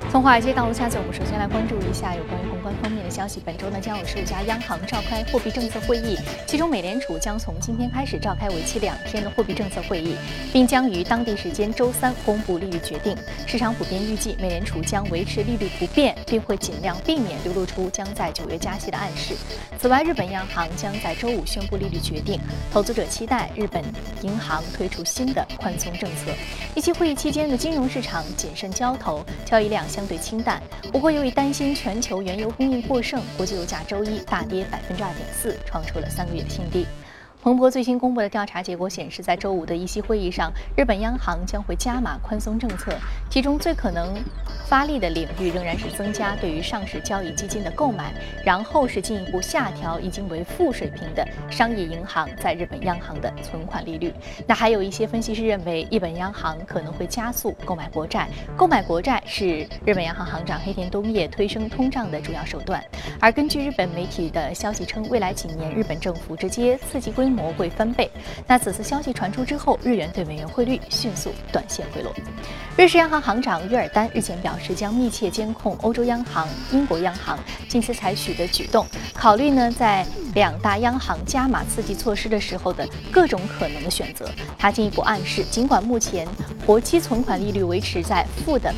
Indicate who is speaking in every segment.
Speaker 1: 从华尔街到陆家嘴，我们首先来关注一下有关于宏观方面的消息。本周呢，将有15家央行召开货币政策会议，其中美联储将从今天开始召开为期2天的货币政策会议，并将于当地时间周3公布利率决定。市场普遍预计，美联储将维持利率不变，并会尽量避免流露出将在9月加息的暗示。此外，日本央行将在周5宣布利率决定，投资者期待日本银行推出新的宽松政策。议息会议期间的金融市场谨慎交投，交易量相对清淡。不过，由于担心全球原油供应过剩，国际油价周一大跌2.4%，创出了3个月新低。彭博最新公布的调查结果显示，在周5的议息会议上，日本央行将会加码宽松政策，其中最可能发力的领域仍然是增加对于上市交易基金的购买，然后是进一步下调已经为负水平的商业银行在日本央行的存款利率。那还有一些分析师认为，日本央行可能会加速购买国债，购买国债是日本央行行长黑田东彦推升通胀的主要手段。而根据日本媒体的消息称，未来几年日本政府直接刺激规模会翻倍。那此次消息传出之后，日元对美元汇率迅速短线回落。瑞士央行行长约尔丹日前表示，将密切监控欧洲央行、英国央行近期采取的举动，考虑在2大央行加码刺激措施的时候的各种可能的选择。他进一步暗示，尽管目前活期存款利率维持在负的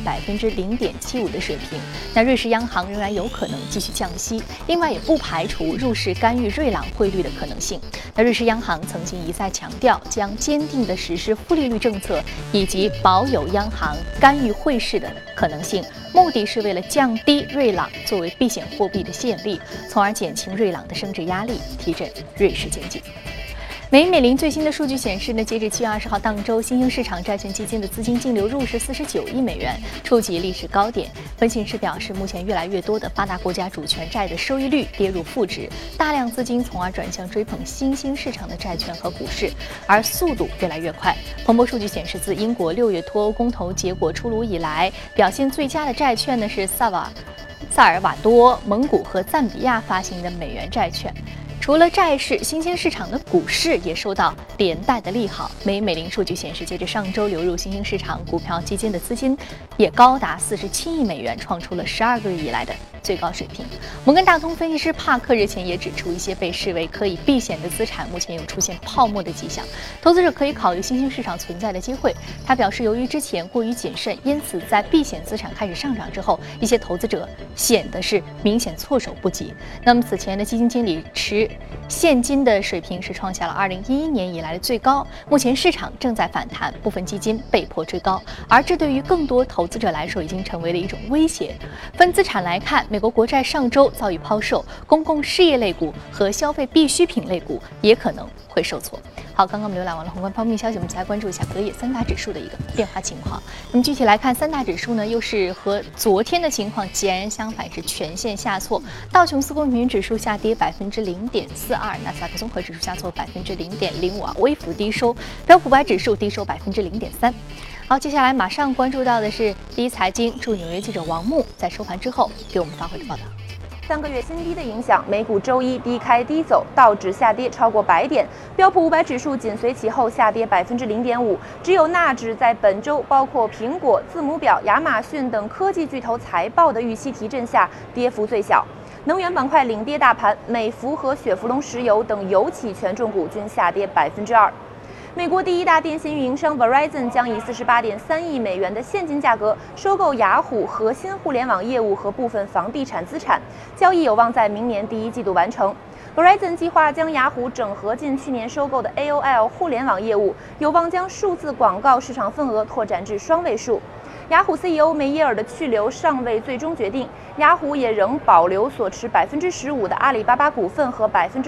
Speaker 1: 0.75%的水平，那瑞士央行仍然有可能继续降息。另外，也不排除入市干预瑞郎汇率的可能性。那瑞士央行曾经一再强调，将坚定地实施负利率政策，以及保有央行干预汇市的可能性，目的是为了降低瑞郎作为避险货币的吸引力，从而减轻瑞郎的升值压力，提振瑞士经济。美银美林最新的数据显示截至7月20号当周，新兴市场债券基金的资金净流入是49亿美元，触及历史高点。分析师表示，目前越来越多的发达国家主权债的收益率跌入负值，大量资金从而转向追捧新兴市场的债券和股市，而速度越来越快。彭博数据显示，自英国6月脱欧公投结果出炉以来，表现最佳的债券是萨尔瓦多、蒙古和赞比亚发行的美元债券。除了债市，新兴市场的股市也受到连带的利好。美银美林数据显示，截至上周流入新兴市场股票基金的资金也高达47亿美元，创出了12个月以来的最高水平。摩根大通分析师帕克日前也指出，一些被视为可以避险的资产目前有出现泡沫的迹象，投资者可以考虑新兴市场存在的机会。他表示，由于之前过于谨慎，因此在避险资产开始上涨之后，一些投资者显得是明显措手不及。那么此前的基金经理持现金的水平是创下了2011年以来的最高，目前市场正在反弹，部分基金被迫追高，而这对于更多投资者来说已经成为了一种威胁。分资产来看，美国国债上周遭遇抛售，公共事业类股和消费必需品类股也可能会受挫。好，刚刚我们浏览完了宏观方面消息，我们再来关注一下隔夜3大指数的一个变化情况。那么具体来看，3大指数呢又是和昨天的情况截然相反，是全线下挫。道琼斯工业平均指数下跌0.42%，纳斯达克综合指数下挫0.05%，微幅低收。标普500指数低收0.3%。好，接下来马上关注到的是第一财经驻纽约记者王木在收盘之后给我们发回的报道。
Speaker 2: 3个月新低的影响，美股周一低开低走，道指下跌超过100点，标普500指数紧随其后下跌0.5%，只有纳指在本周包括苹果、字母表、亚马逊等科技巨头财报的预期提振下，跌幅最小。能源板块领跌大盘，美孚和雪佛龙石油等油企权重股均下跌2%。美国第1大电信运营商 Verizon 将以48.3亿美元的现金价格收购雅虎核心互联网业务和部分房地产资产，交易有望在明年第1季度完成。Verizon 计划将雅虎整合进去年收购的 AOL 互联网业务，有望将数字广告市场份额拓展至双位数。雅虎 CEO 梅耶尔的去留尚未最终决定，雅虎也仍保留所持15%的阿里巴巴股份和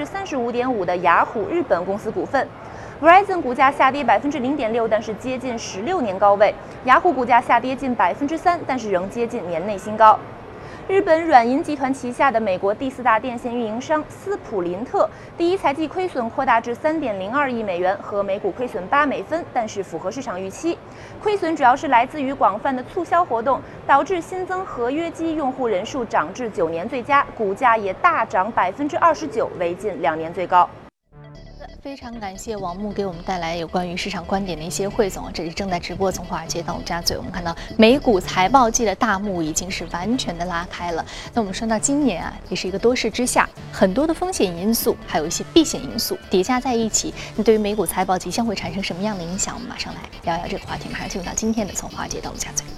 Speaker 2: 35.5%的雅虎日本公司股份。Verizon 股价下跌0.6%，但是接近16年高位；雅虎股价下跌近3%，但是仍接近年内新高。日本软银集团旗下的美国第4大电信运营商斯普林特第一财季亏损扩大至3.02亿美元，和每股亏损8美分，但是符合市场预期。亏损主要是来自于广泛的促销活动，导致新增合约机用户人数涨至9年最佳，股价也大涨29%，为近2年最高。
Speaker 1: 非常感谢王木给我们带来有关于市场观点的一些汇总。这里正在直播从华尔街到陆家嘴，我们看到美股财报季的大幕已经是完全的拉开了。那我们说到今年啊，也是一个多事之下，很多的风险因素，还有一些避险因素叠加在一起，那对于美股财报即将会产生什么样的影响？我们马上来聊一聊这个话题。马上进入到今天的从华尔街到陆家嘴。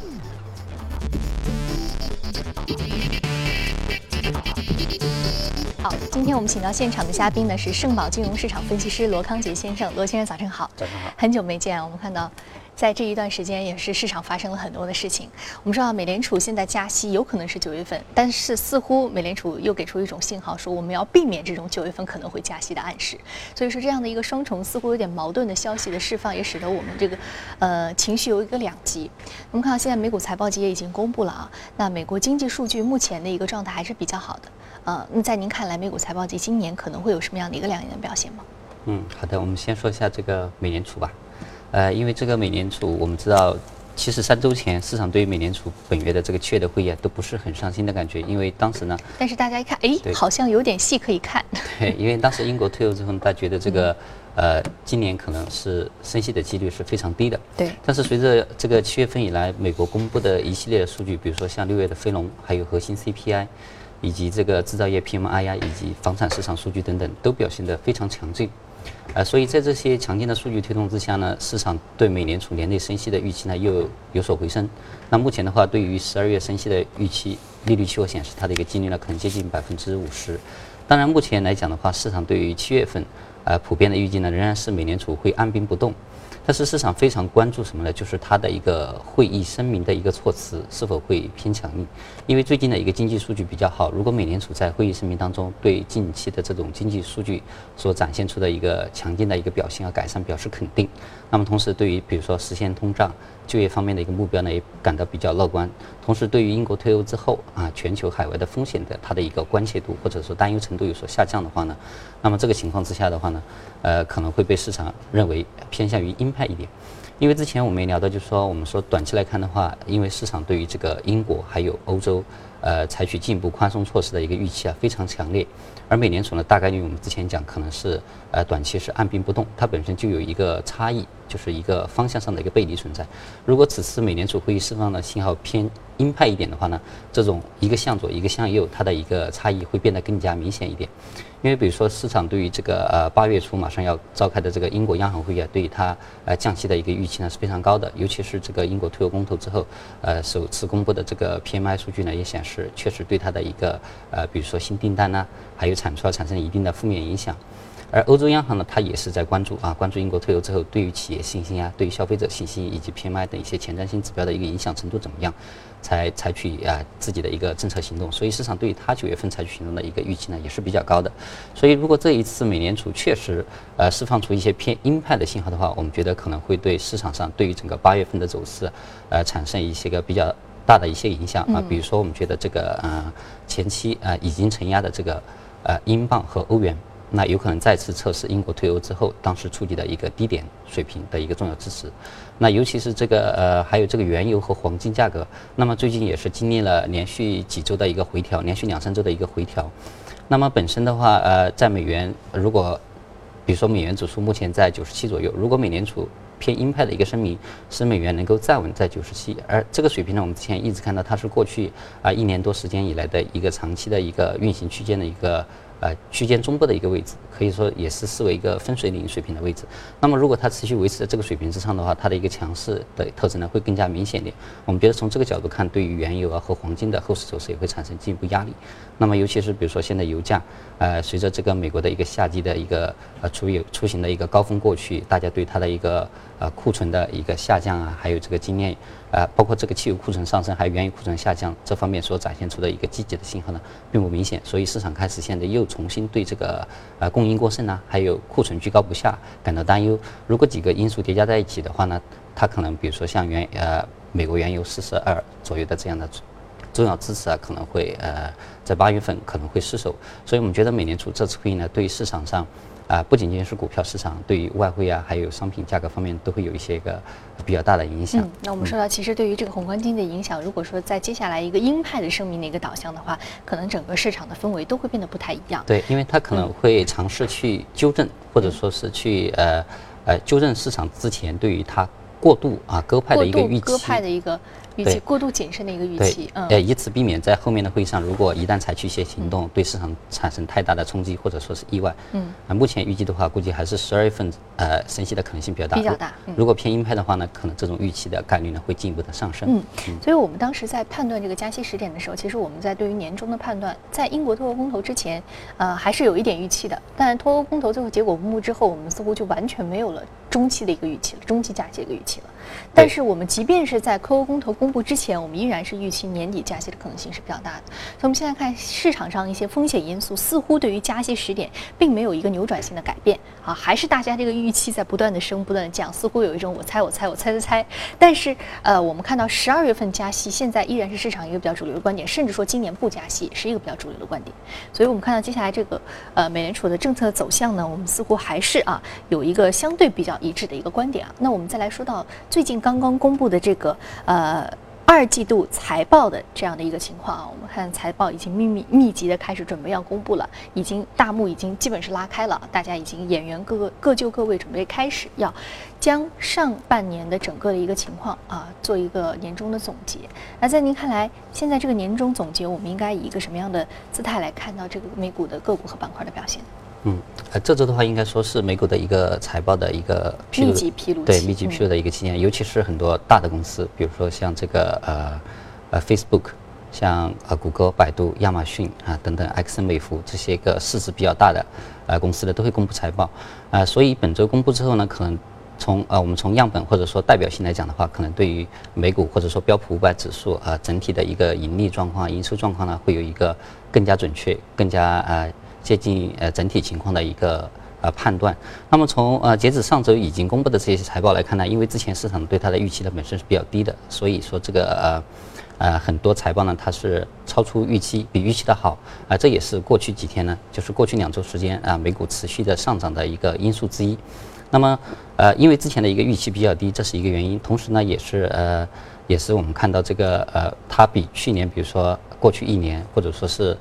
Speaker 1: 好，今天我们请到现场的嘉宾呢是盛宝金融市场分析师罗康杰先生。罗先生早晨好。
Speaker 3: 早晨好。
Speaker 1: 很久没见，我们看到在这一段时间也是市场发生了很多的事情。我们知道美联储现在加息有可能是9月份，但是似乎美联储又给出一种信号，说我们要避免这种9月份可能会加息的暗示。所以说这样的一个双重似乎有点矛盾的消息的释放，也使得我们这个情绪有一个两极。我们看到现在美股财报季也已经公布了啊，那美国经济数据目前的一个状态还是比较好的。那在您看来，美股财报季今年可能会有什么样的一个亮眼的表现吗？
Speaker 3: 好的，我们先说一下这个美联储吧。因为这个美联储，我们知道，其实3周前市场对于美联储本月的这个7月的会议都不是很上心的感觉，因为当时呢，
Speaker 1: 但是大家一看，好像有点戏可以看。
Speaker 3: 对，因为当时英国退欧之后，大家觉得这个今年可能是升息的几率是非常低的。
Speaker 1: 对。
Speaker 3: 但是随着这个7月份以来，美国公布的一系列的数据，比如说像6月的非农，还有核心 CPI。以及这个制造业 PMI 呀，以及房产市场数据等等，都表现得非常强劲，所以在这些强劲的数据推动之下呢，市场对美联储年内升息的预期呢又有所回升。那目前的话，对于12月升息的预期，利率期货显示它的一个几率呢可能接近50%。当然，目前来讲的话，市场对于7月份普遍的预计呢仍然是美联储会按兵不动。但是市场非常关注什么呢？就是它的一个会议声明的一个措辞是否会偏强硬。因为最近的一个经济数据比较好，如果美联储在会议声明当中对近期的这种经济数据所展现出的一个强劲的一个表现和改善表示肯定，那么同时对于比如说实现通胀、就业方面的一个目标呢也感到比较乐观。同时对于英国退欧之后全球海外的风险的它的一个关切度或者说担忧程度有所下降的话呢，那么这个情况之下的话呢，可能会被市场认为偏向于鹰派一点。因为之前我们也聊到，就是说我们说短期来看的话，因为市场对于这个英国还有欧洲采取进一步宽松措施的一个预期非常强烈，而美联储呢大概率我们之前讲可能是短期是按兵不动，它本身就有一个差异，就是一个方向上的一个背离存在。如果此次美联储会议释放的信号偏鹰派一点的话呢，这种一个向左一个向右，它的一个差异会变得更加明显一点。因为比如说市场对于这个8月初马上要召开的这个英国央行会议对于它降息的一个预期呢是非常高的，尤其是这个英国退欧公投之后首次公布的这个 PMI 数据呢也显示确实对它的一个比如说新订单还有产出产生一定的负面影响。而欧洲央行呢，它也是在关注英国退欧之后对于企业信心对于消费者信心以及 PMI 等一些前瞻性指标的一个影响程度怎么样，才采取自己的一个政策行动。所以市场对于它9月份采取行动的一个预期呢也是比较高的。所以如果这一次美联储确实释放出一些偏鹰派的信号的话，我们觉得可能会对市场上对于整个8月份的走势产生一些个比较大的一些影响比如说我们觉得这个前期已经承压的这个英镑和欧元，那有可能再次测试英国退欧之后当时触及的一个低点水平的一个重要支持。那尤其是这个还有这个原油和黄金价格，那么最近也是经历了连续几周的一个回调，连续2-3周的一个回调。那么本身的话在美元，如果比如说美元指数目前在97左右，如果美联储偏鹰派的一个声明使美元能够站稳在97，而这个水平呢我们之前一直看到它是过去1年多时间以来的一个长期的一个运行区间的一个区间中部的一个位置，可以说也是视为一个分水岭水平的位置。那么如果它持续维持在这个水平之上的话，它的一个强势的特征呢会更加明显一点。我们觉得从这个角度看，对于原油和黄金的后市走势也会产生进一步压力。那么尤其是比如说现在油价随着这个美国的一个夏季的一个出行的一个高峰过去，大家对它的一个库存的一个下降还有这个今年包括这个汽油库存上升还有原油库存下降这方面所展现出的一个积极的信号呢并不明显，所以市场开始现在又重新对这个供应过剩还有库存居高不下感到担忧。如果几个因素叠加在一起的话呢，它可能比如说像美国原油42左右的这样的重要支持可能会在8月份可能会失守。所以我们觉得美联储这次会议呢对市场上不仅仅是股票市场，对于外汇啊，还有商品价格方面都会有一些个比较大的影响。
Speaker 1: 那我们说到，其实对于这个宏观经济的影响，如果说在接下来一个鹰派的声明的一个导向的话，可能整个市场的氛围都会变得不太一样。
Speaker 3: 对，因为它可能会尝试去纠正，或者说是去纠正市场之前对于它过度鸽派的一个预期，
Speaker 1: 鸽派的一个预期，过度谨慎的一个预期，
Speaker 3: 以此避免在后面的会议上，如果一旦采取一些行动，对市场产生太大的冲击或者说是意外，目前预计的话，估计还是12月份升息的可能性比较大，如果偏鹰派的话呢，可能这种预期的概率呢会进一步的上升。
Speaker 1: 所以我们当时在判断这个加息时点的时候，其实我们在对于年终的判断，在英国脱欧公投之前，还是有一点预期的，但脱欧公投最后结果公布之后，我们似乎就完全没有了中期的一个预期了，中期加息的一个预期了。但是我们即便是在脱欧公投公布之前，我们依然是预期年底加息的可能性是比较大的。所以我们现在看市场上一些风险因素，似乎对于加息时点并没有一个扭转性的改变还是大家这个预期在不断的升，不断的降，似乎有一种我猜。但是我们看到12月份加息，现在依然是市场一个比较主流的观点，甚至说今年不加息是一个比较主流的观点。所以我们看到接下来这个美联储的政策走向呢，我们似乎还是有一个相对比较一致的一个观点那我们再来说到最近刚刚公布的这个2季度财报的这样的一个情况我们看财报已经密集的开始准备要公布了，大幕已经基本是拉开了，大家已经演员各就各位，准备开始要将上半年的整个的一个情况做一个年终的总结。那在您看来，现在这个年终总结，我们应该以一个什么样的姿态来看到这个美股的个股和板块的表现？
Speaker 3: 这周的话，应该说是美股的一个财报的一个
Speaker 1: 密集披露
Speaker 3: 的一个期间，尤其是很多大的公司，比如说像这个Facebook， 像谷歌、百度、亚马逊等等，埃克森美孚这些个市值比较大的公司呢，都会公布财报所以本周公布之后呢，可能我们从样本或者说代表性来讲的话，可能对于美股或者说标普500指数整体的一个盈利状况、营收状况呢，会有一个更加准确、更加接近整体情况的一个判断。那么从截止上周已经公布的这些财报来看呢，因为之前市场对它的预期呢本身是比较低的，所以说这个很多财报呢它是超出预期，比预期的好这也是过去几天呢，就是过去2周时间美股持续的上涨的一个因素之一。那么因为之前的一个预期比较低，这是一个原因，同时呢也是我们看到这个它比去年比如说过去1年或者说是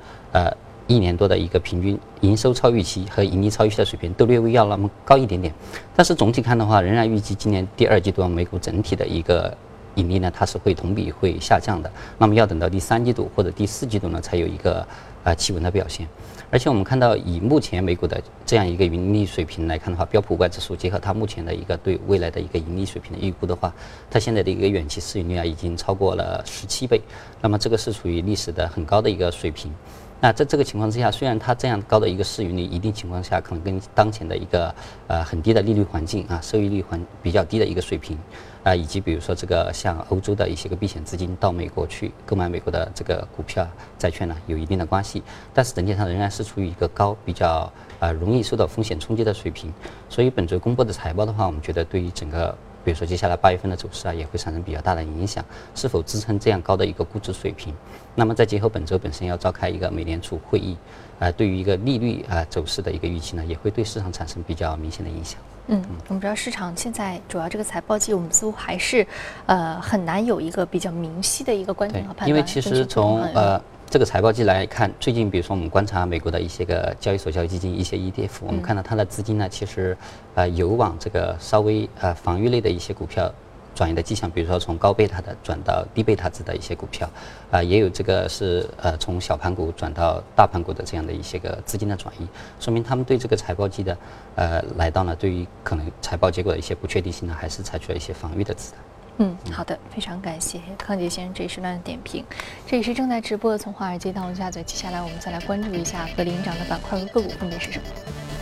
Speaker 3: 1年多的一个平均营收超预期和盈利超预期的水平都略微要那么高一点点，但是总体看的话，仍然预计今年第2季度美股整体的一个盈利呢，它是会同比会下降的。那么要等到第3季度或者第4季度呢，才有一个企稳的表现。而且我们看到，以目前美股的这样一个盈利水平来看的话，标普500指数结合它目前的一个对未来的一个盈利水平的预估的话，它现在的一个远期市盈率已经超过了17倍，那么这个是属于历史的很高的一个水平。那在这个情况之下，虽然它这样高的一个市盈率，一定情况下可能跟当前的一个很低的利率环境收益率比较低的一个水平以及比如说这个像欧洲的一些个避险资金到美国去购买美国的这个股票债券呢，有一定的关系，但是整体上仍然是处于一个比较容易受到风险冲击的水平。所以本周公布的财报的话，我们觉得对于整个比如说接下来8月份的走势也会产生比较大的影响，是否支撑这样高的一个估值水平。那么再结合本周本身要召开一个美联储会议对于一个利率走势的一个预期呢，也会对市场产生比较明显的影响。
Speaker 1: 我们知道市场现在主要这个财报季，我们似乎还是很难有一个比较明晰的一个观点和判断。
Speaker 3: 因为其实从这个财报季来看，最近比如说我们观察美国的一些个交易所交易基金一些 ETF， 我们看到它的资金呢，其实有往这个稍微防御类的一些股票转移的迹象，比如说从高贝塔的转到低贝塔值的一些股票也有这个是从小盘股转到大盘股的这样的一些个资金的转移，说明他们对这个财报季的来到呢，对于可能财报结果的一些不确定性呢，还是采取了一些防御的姿态。
Speaker 1: 好的，非常感谢康杰先生这一时段的点评。这也是正在直播的从华尔街到陆家嘴，接下来我们再来关注一下和领涨的板块和个股分别是什么。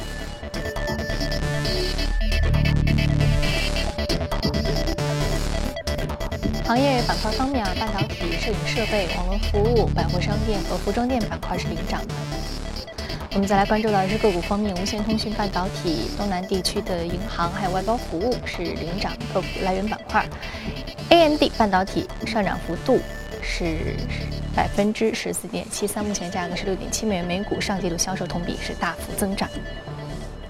Speaker 1: 行业板块方面半导体、摄影设备、网络服务、百货商店和服装店板块是领涨的。我们再来关注到的是个股方面，无线通讯、半导体、东南地区的银行还有外包服务是领涨个股来源板块。AMD 半导体上涨幅度是14.73%，目前价格是6.7美元每股，上季度销售同比是大幅增长。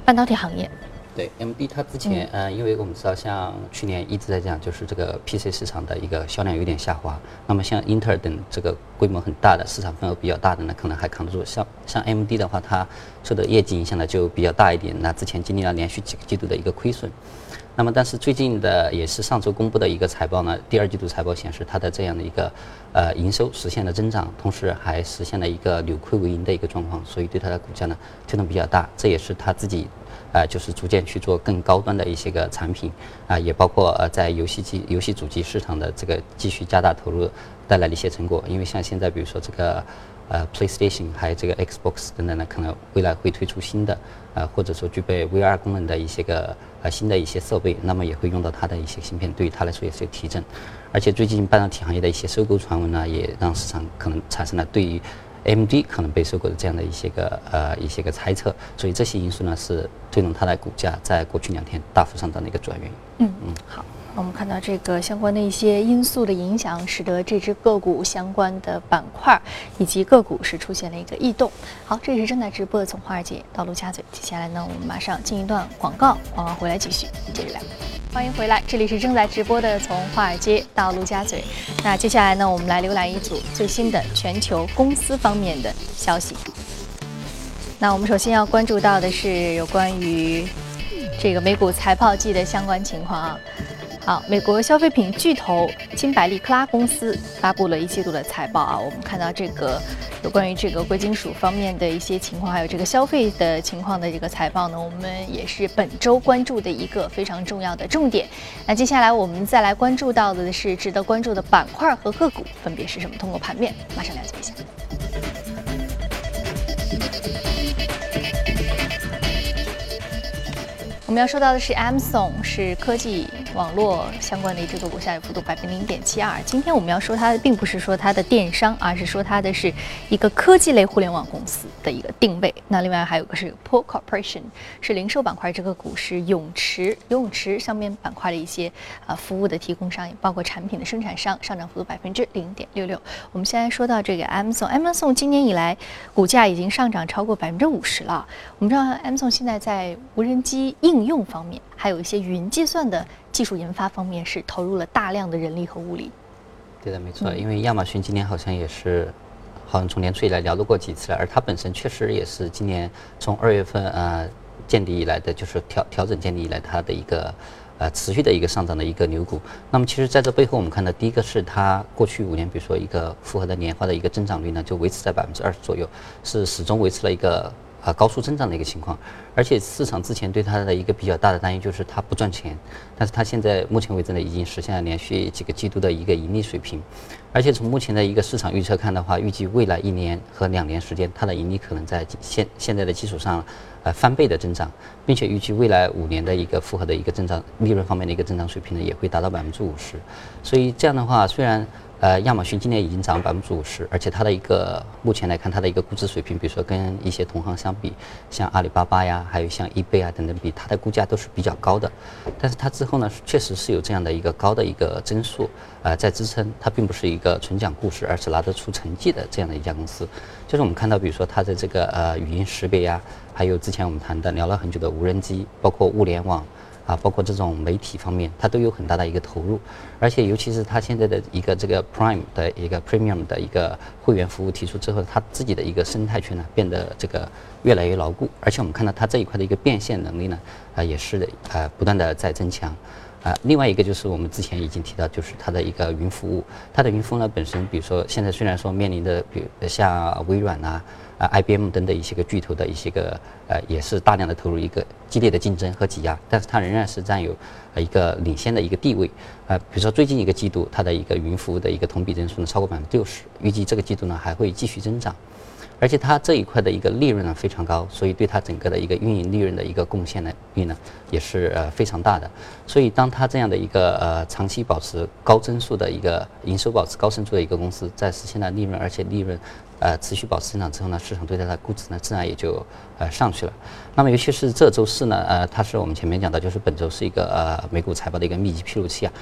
Speaker 1: 半导体行业。
Speaker 3: 对 ，AMD 它之前因为我们知道，像去年一直在讲，就是这个 PC 市场的一个销量有点下滑。那么像英特尔等这个规模很大的、市场份额比较大的呢，可能还扛得住。像 AMD 的话，它受的业绩影响呢就比较大一点。那之前经历了连续几个季度的一个亏损。那么，但是最近的也是上周公布的一个财报呢，第二季度财报显示它的这样的一个营收实现了增长，同时还实现了一个扭亏为盈的一个状况，所以对它的股价呢推动比较大。这也是它自己就是逐渐去做更高端的一些个产品也包括在游戏主机市场的这个继续加大投入带来的一些成果。因为像现在比如说这个PlayStation 还有这个 Xbox 等等呢，可能未来会推出新的或者说具备 VR 功能的一些个新的一些设备，那么也会用到它的一些芯片，对于它来说也是有提振。而且最近半导体行业的一些收购传闻呢，也让市场可能产生了对于 AMD 可能被收购的这样的一些个猜测，所以这些因素呢是推动它的股价在过去2天大幅上涨的一个主要原因。
Speaker 1: 好。我们看到这个相关的一些因素的影响，使得这只个股相关的板块以及个股是出现了一个异动。好，这里是正在直播的从华尔街到陆家嘴，接下来呢，我们马上进一段广告，回来继续接着聊。欢迎回来，这里是正在直播的从华尔街到陆家嘴。那接下来呢，我们来浏览一组最新的全球公司方面的消息。那我们首先要关注到的是有关于这个美股财报季的相关情况啊。好，美国消费品巨头金百利克拉公司发布了1季度的财报啊。我们看到这个有关于这个贵金属方面的一些情况，还有这个消费的情况的这个财报呢，我们也是本周关注的一个非常重要的重点。那接下来我们再来关注到的是值得关注的板块和个股分别是什么？通过盘面马上了解一下。我们要说到的是 Amazon， 是科技网络相关的一只个股，下跌幅度0.72%。今天我们要说它并不是说它的电商，而是说它的是一个科技类互联网公司的一个定位。那另外还有个是 Pool Corporation， 是零售板块这个股，是游泳池上面板块的一些服务的提供商，也包括产品的生产商，上涨幅度0.66%。我们现在说到这个 Amazon 今年以来股价已经上涨超过50%了。我们知道 Amazon 现在在无人机应用方面，还有一些云计算的技术研发方面，是投入了大量的人力和物力。
Speaker 3: 对的，没错。因为亚马逊今年好像从年初以来聊到过几次了，而它本身确实也是今年从2月份见底以来的，就是调整见底以来它的一个持续的一个上涨的一个牛股。那么其实在这背后，我们看到第一个是它过去5年，比如说一个复合的年化的一个增长率呢，就维持在20%左右，是始终维持了一个高速增长的一个情况。而且市场之前对它的一个比较大的担忧就是它不赚钱，但是它现在目前为止呢，已经实现了连续几个季度的一个盈利水平。而且从目前的一个市场预测看的话，预计未来1年和2年时间，它的盈利可能在现在的基础上翻倍的增长，并且预计未来5年的一个复合的一个增长利润方面的一个增长水平呢，也会达到50%。所以这样的话，虽然亚马逊今年已经涨50%，而且它的一个目前来看，它的一个估值水平，比如说跟一些同行相比，像阿里巴巴呀，还有像eBay等等比，它的估价都是比较高的。但是它之后呢，确实是有这样的一个高的一个增速在支撑，它并不是一个纯讲故事，而是拿得出成绩的这样的一家公司。就是我们看到，比如说它的这个语音识别呀，还有之前我们聊了很久的无人机，包括物联网。包括这种媒体方面，它都有很大的一个投入，而且尤其是它现在的一个这个 Prime 的一个 Premium 的一个会员服务提出之后，它自己的一个生态圈呢变得这个越来越牢固，而且我们看到它这一块的一个变现能力呢也是不断的在增强。另外一个就是我们之前已经提到，就是它的一个云服务，它的云服务呢本身，比如说现在虽然说面临的，比如像微软IBM 等的一些个巨头的一些个也是大量的投入一个激烈的竞争和挤压，但是它仍然是占有一个领先的一个地位。比如说最近一个季度，它的一个云服务的一个同比增速呢超过60%，预计这个季度呢还会继续增长。而且它这一块的一个利润呢非常高，所以对它整个的一个运营利润的一个贡献率呢也是非常大的。所以当它这样的一个长期保持高增速的一个营收保持高增速的一个公司，在实现了利润，而且利润持续保持增长之后呢，市场对它的估值呢自然也就上去了。那么尤其是这周四呢，它是我们前面讲的，就是本周是一个美股财报的一个密集披露期啊。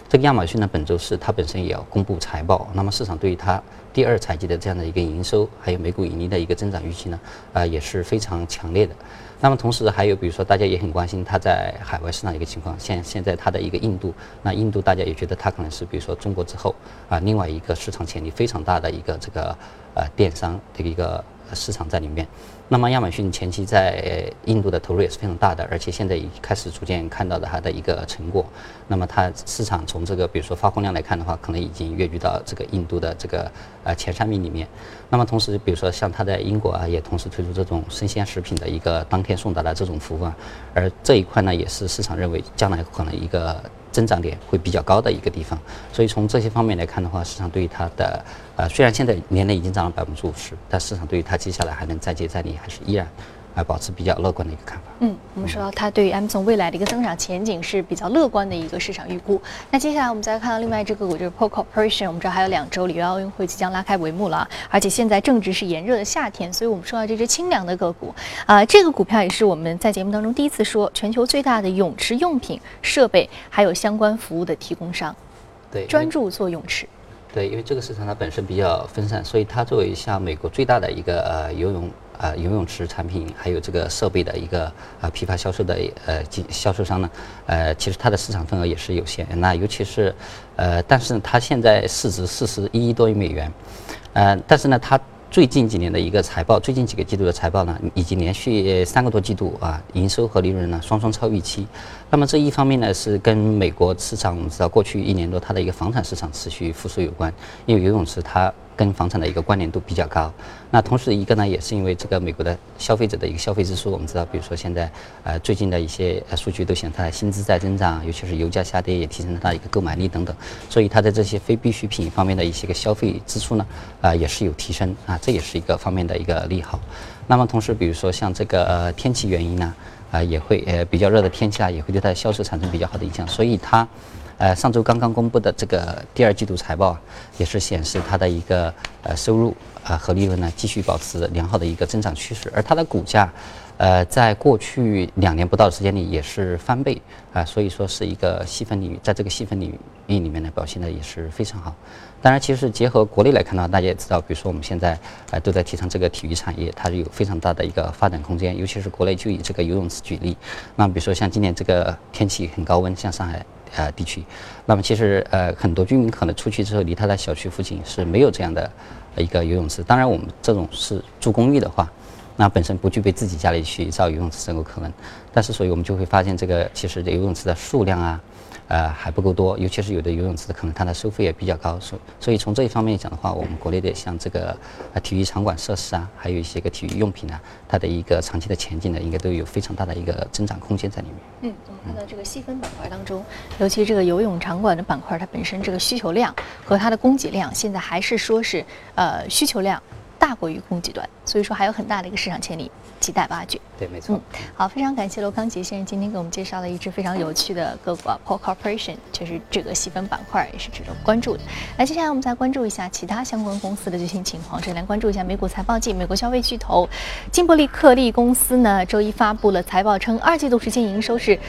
Speaker 3: 这个亚马逊呢，本周四它本身也要公布财报，那么市场对于它第二财季的这样的一个营收，还有每股盈利的一个增长预期呢，也是非常强烈的。那么同时还有比如说大家也很关心它在海外市场的一个情况，现在它的一个印度，那印度大家也觉得它可能是比如说中国之后另外一个市场潜力非常大的一个这个电商的一个市场在里面。那么亚马逊前期在印度的投入也是非常大的，而且现在已开始逐渐看到的它的一个成果。那么它市场从这个比如说发货量来看的话，可能已经跃居到这个印度的这个前3名里面。那么同时比如说像它在英国也同时推出这种生鲜食品的一个当天送达的这种服务而这一块呢也是市场认为将来可能一个增长点会比较高的一个地方。所以从这些方面来看的话，市场对于它的虽然现在年内已经涨了50%，但市场对于它接下来还能再接再厉，还是依然保持比较乐观的一个看法。
Speaker 1: 我们说到它对于 Amazon 未来的一个增长前景是比较乐观的一个市场预估。那接下来我们再看到另外一只个股就是 POCO Corporation， 我们知道还有2周里约奥运会即将拉开帷幕了，而且现在正值是炎热的夏天，所以我们说到这只清凉的个股这个股票也是我们在节目当中第一次说全球最大的泳池用品、设备还有相关服务的提供商，
Speaker 3: 对，
Speaker 1: 专注做泳池。
Speaker 3: 对，因为这个市场它本身比较分散，所以它作为像美国最大的一个游泳池产品还有这个设备的一个批发销售的销售商呢，其实它的市场份额也是有限。那尤其是但是呢，它现在市值41亿多美元，但是呢，它最近几年的一个财报，最近几个季度的财报呢，以及连续3个多季度营收和利润呢双双超预期。那么这一方面呢是跟美国市场，我们知道过去1年多它的一个房产市场持续复苏有关，因为游泳池它跟房产的一个关联度比较高。那同时一个呢也是因为这个美国的消费者的一个消费支出，我们知道比如说现在最近的一些数据都显示它的薪资在增长，尤其是油价下跌也提升了它的一个购买力等等，所以它在这些非必需品方面的一些个消费支出呢也是有提升这也是一个方面的一个利好。那么同时比如说像这个天气原因呢也会比较热的天气也会对它的销售产生比较好的影响，所以它上周刚刚公布的这个第2季度财报也是显示它的一个收入和利润呢继续保持良好的一个增长趋势，而它的股价在过去2年不到的时间里也是翻倍所以说是一个细分领域，在这个细分领域里面呢表现的也是非常好。当然其实结合国内来看的话，大家也知道比如说我们现在都在提倡这个体育产业，它有非常大的一个发展空间，尤其是国内就以这个游泳池举例。那比如说像今年这个天气很高温，像上海地区，那么其实很多居民可能出去之后离他的小区附近是没有这样的一个游泳池。当然我们这种是住公寓的话，那本身不具备自己家里去造游泳池这个可能，但是所以我们就会发现这个其实游泳池的数量还不够多，尤其是有的游泳池可能它的收费也比较高，所以从这一方面讲的话，我们国内的像这个体育场馆设施还有一些个体育用品它的一个长期的前景呢，应该都有非常大的一个增长空间在里面。
Speaker 1: 我们看到这个细分板块当中，尤其这个游泳场馆的板块，它本身这个需求量和它的供给量，现在还是说是需求量大过于供给端，所以说还有很大的一个市场潜力，期待挖掘。
Speaker 3: 对，没错。
Speaker 1: 好，非常感谢罗康杰先生今天给我们介绍了一只非常有趣的个股POCO Corporation， 确实这个细分板块也是值得关注的。那接下来我们再关注一下其他相关公司的最新情况。这来关注一下美股财报季，美国消费巨头金伯利克利公司呢，周一发布了财报，称2季度实现营收是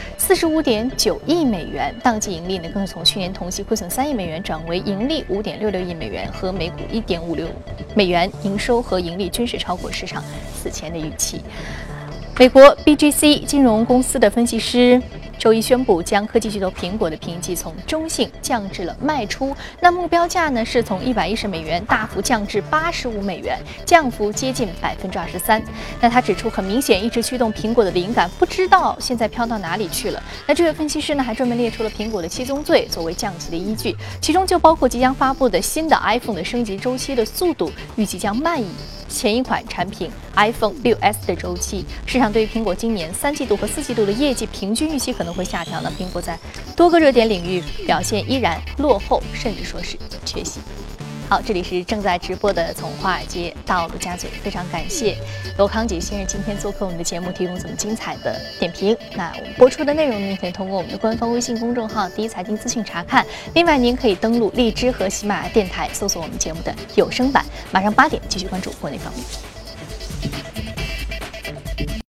Speaker 1: 45.9亿美元，当季盈利呢更是从去年同期亏损3亿美元转为盈利5.66亿美元，和每股1.56美元，营收和盈利均是超过市场此前的预期。美国 BGC 金融公司的分析师周一宣布，将科技巨头苹果的评级从中性降至了卖出，那目标价呢是从110美元大幅降至85美元，降幅接近23%。那他指出，很明显，一直驱动苹果的灵感不知道现在飘到哪里去了。那这位分析师呢，还专门列出了苹果的7宗罪作为降级的依据，其中就包括即将发布的新的 iPhone 的升级周期的速度预计将慢前一款产品 iPhone 6s 的周期。市场对于苹果今年3季度和4季度的业绩平均预期可能会下调呢。苹果在多个热点领域表现依然落后，甚至说是缺席。好，这里是正在直播的从华尔街到陆家嘴，非常感谢罗康杰先生今天做客我们的节目，提供这么精彩的点评。那我们播出的内容您可以通过我们的官方微信公众号第一财经资讯查看，另外您可以登录荔枝和喜马拉雅电台搜索我们节目的有声版。马上8点继续关注国内方面。